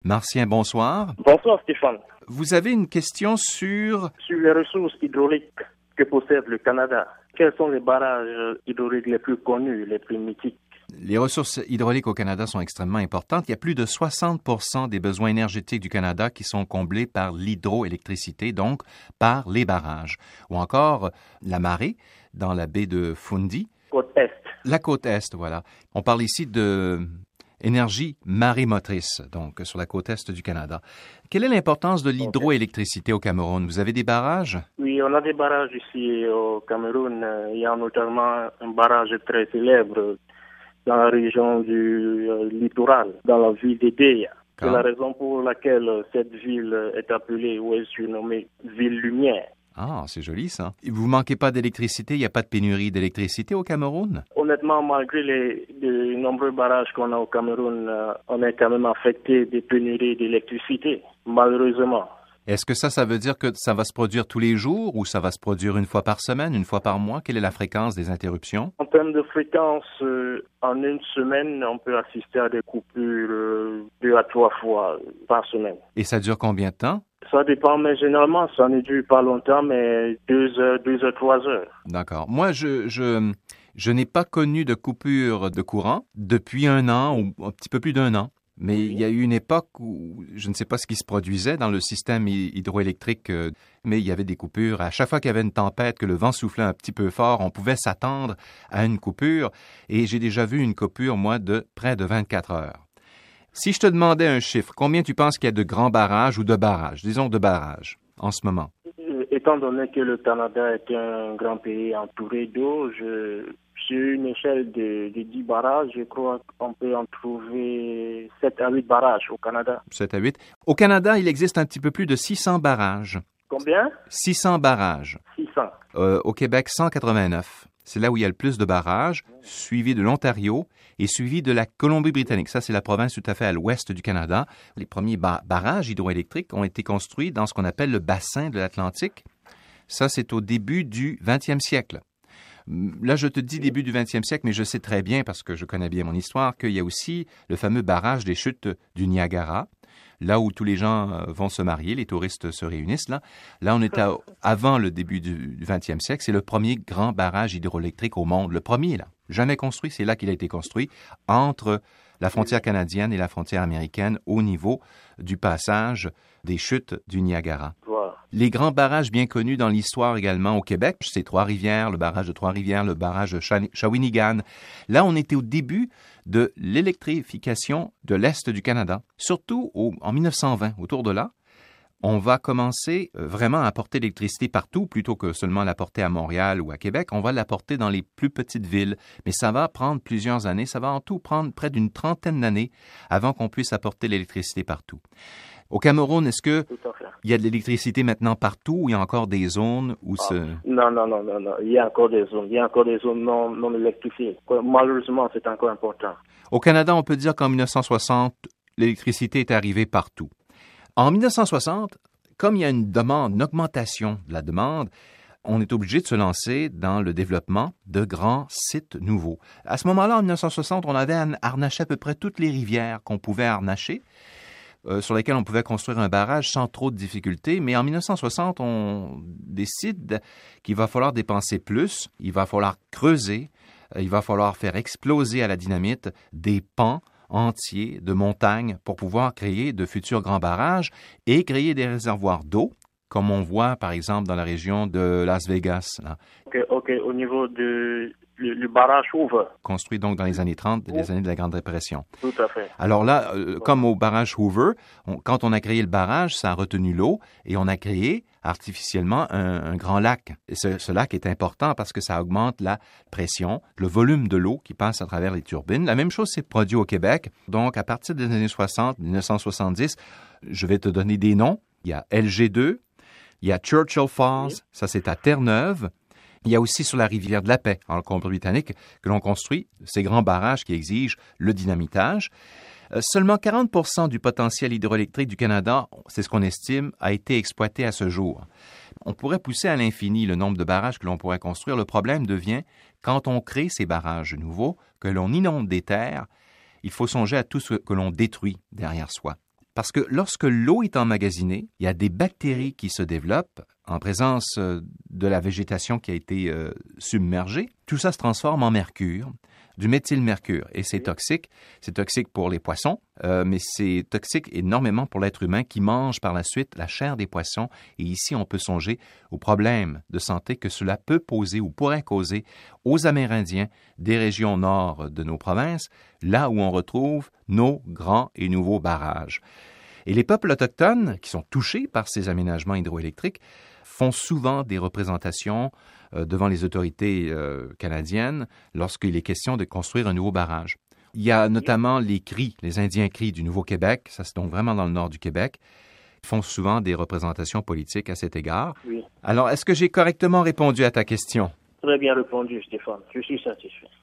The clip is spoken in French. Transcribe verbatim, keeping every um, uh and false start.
Martien, bonsoir. Bonsoir Stéphane. Vous avez une question sur... Sur les ressources hydrauliques que possède le Canada. Quels sont les barrages hydrauliques les plus connus, les plus mythiques? Les ressources hydrauliques au Canada sont extrêmement importantes. Il y a plus de soixante pour cent des besoins énergétiques du Canada qui sont comblés par l'hydroélectricité, donc par les barrages. Ou encore la marée dans la baie de Fundy. Côte Est. La côte Est, voilà. On parle ici de énergie marémotrice, donc sur la côte Est du Canada. Quelle est l'importance de l'hydroélectricité au Cameroun? Vous avez des barrages? Oui, on a des barrages ici au Cameroun. Il y a notamment un barrage très célèbre dans la région du euh, littoral, dans la ville d'Edeya. C'est la raison pour laquelle cette ville est appelée ou est surnommée Ville Lumière. Ah, c'est joli ça. Vous ne manquez pas d'électricité? Il n'y a pas de pénurie d'électricité au Cameroun? Honnêtement, malgré les, les nombreux barrages qu'on a au Cameroun, euh, on est quand même affecté des pénuries d'électricité, malheureusement. Est-ce que ça, ça veut dire que ça va se produire tous les jours ou ça va se produire une fois par semaine, une fois par mois? Quelle est la fréquence des interruptions? En termes de fréquence, euh, en une semaine, on peut assister à des coupures euh, deux à trois fois par semaine. Et ça dure combien de temps? Ça dépend, mais généralement, ça ne dure pas longtemps, mais deux heures, deux heures, trois heures. D'accord. Moi, je, je, je n'ai pas connu de coupure de courant depuis un an ou un petit peu plus d'un an. Mais oui. Il y a eu une époque où je ne sais pas ce qui se produisait dans le système hydroélectrique, mais il y avait des coupures. À chaque fois qu'il y avait une tempête, que le vent soufflait un petit peu fort, on pouvait s'attendre à une coupure. Et j'ai déjà vu une coupure, moi, de près de vingt-quatre heures. Si je te demandais un chiffre, combien tu penses qu'il y a de grands barrages ou de barrages, disons de barrages, en ce moment? Étant donné que le Canada est un grand pays entouré d'eau, je, sur une échelle de, de dix barrages, je crois qu'on peut en trouver sept à huit barrages au Canada. sept à huit. Au Canada, il existe un petit peu plus de six cents barrages. Combien? six cents barrages. six cents. Euh, au Québec, cent quatre-vingt-neuf. C'est là où il y a le plus de barrages, suivi de l'Ontario et suivi de la Colombie-Britannique. Ça, c'est la province tout à fait à l'ouest du Canada. Les premiers ba- barrages hydroélectriques ont été construits dans ce qu'on appelle le bassin de l'Atlantique. Ça, c'est au début du vingtième siècle. Là, je te dis début du vingtième siècle, mais je sais très bien, parce que je connais bien mon histoire, qu'il y a aussi le fameux barrage des chutes du Niagara, là où tous les gens vont se marier, les touristes se réunissent. Là, là on est à, avant le début du vingtième siècle. C'est le premier grand barrage hydroélectrique au monde. Le premier, là. Jamais construit, c'est là qu'il a été construit, entre la frontière canadienne et la frontière américaine, au niveau du passage des chutes du Niagara. Wow. Les grands barrages bien connus dans l'histoire également au Québec, c'est Trois-Rivières, le barrage de Trois-Rivières, le barrage de Shawinigan. Là, on était au début de l'électrification de l'Est du Canada, surtout au, en mille neuf cent vingt, autour de là. On va commencer vraiment à apporter l'électricité partout, plutôt que seulement l'apporter à Montréal ou à Québec. On va l'apporter dans les plus petites villes, mais ça va prendre plusieurs années. Ça va en tout prendre près d'une trentaine d'années avant qu'on puisse apporter l'électricité partout. Au Cameroun, est-ce que il y a de l'électricité maintenant partout ou il y a encore des zones où ah, ce... Non, non, non, non, non. Il y a encore des zones. Il y a encore des zones non, non électrifiées. Malheureusement, c'est encore important. Au Canada, on peut dire qu'en mille neuf cent soixante, l'électricité est arrivée partout. En mille neuf cent soixante, comme il y a une demande, une augmentation de la demande, on est obligé de se lancer dans le développement de grands sites nouveaux. À ce moment-là, en mille neuf cent soixante, on avait harnaché à peu près toutes les rivières qu'on pouvait harnacher, euh, sur lesquelles on pouvait construire un barrage sans trop de difficultés. Mais en mille neuf cent soixante, on décide qu'il va falloir dépenser plus, il va falloir creuser, euh, il va falloir faire exploser à la dynamite des pans entiers de montagnes pour pouvoir créer de futurs grands barrages et créer des réservoirs d'eau, comme on voit par exemple dans la région de Las Vegas. Là. OK, OK, au niveau du le, le barrage Hoover. Construit donc dans les années trente, oh. les années de la Grande Dépression. Tout à fait. Alors là, euh, ouais. comme au barrage Hoover, on, quand on a créé le barrage, ça a retenu l'eau et on a créé artificiellement un, un grand lac. Et ce, ce lac est important parce que ça augmente la pression, le volume de l'eau qui passe à travers les turbines. La même chose s'est produit au Québec. Donc, à partir des années soixante, mille neuf cent soixante-dix, je vais te donner des noms. Il y a L G deux, il y a Churchill Falls, oui. ça c'est à Terre-Neuve. Il y a aussi sur la rivière de la Paix, en Colombie-Britannique, que l'on construit ces grands barrages qui exigent le dynamitage. Euh, seulement quarante pour cent du potentiel hydroélectrique du Canada, c'est ce qu'on estime, a été exploité à ce jour. On pourrait pousser à l'infini le nombre de barrages que l'on pourrait construire. Le problème devient, quand on crée ces barrages nouveaux, que l'on inonde des terres, il faut songer à tout ce que l'on détruit derrière soi. Parce que lorsque l'eau est emmagasinée, il y a des bactéries qui se développent en présence de la végétation qui a été euh, submergée. Tout ça se transforme en mercure, du méthylmercure, et c'est toxique. C'est toxique pour les poissons, euh, mais c'est toxique énormément pour l'être humain qui mange par la suite la chair des poissons. Et ici, on peut songer aux problèmes de santé que cela peut poser ou pourrait causer aux Amérindiens des régions nord de nos provinces, là où on retrouve nos grands et nouveaux barrages. Et les peuples autochtones, qui sont touchés par ces aménagements hydroélectriques, font souvent des représentations euh, devant les autorités euh, canadiennes lorsqu'il est question de construire un nouveau barrage. Il y a notamment les Cris, les Indiens Cris du Nouveau-Québec, ça c'est donc vraiment dans le nord du Québec, font souvent des représentations politiques à cet égard. Oui. Alors, est-ce que j'ai correctement répondu à ta question? Très bien répondu, Stéphane. Je suis satisfait.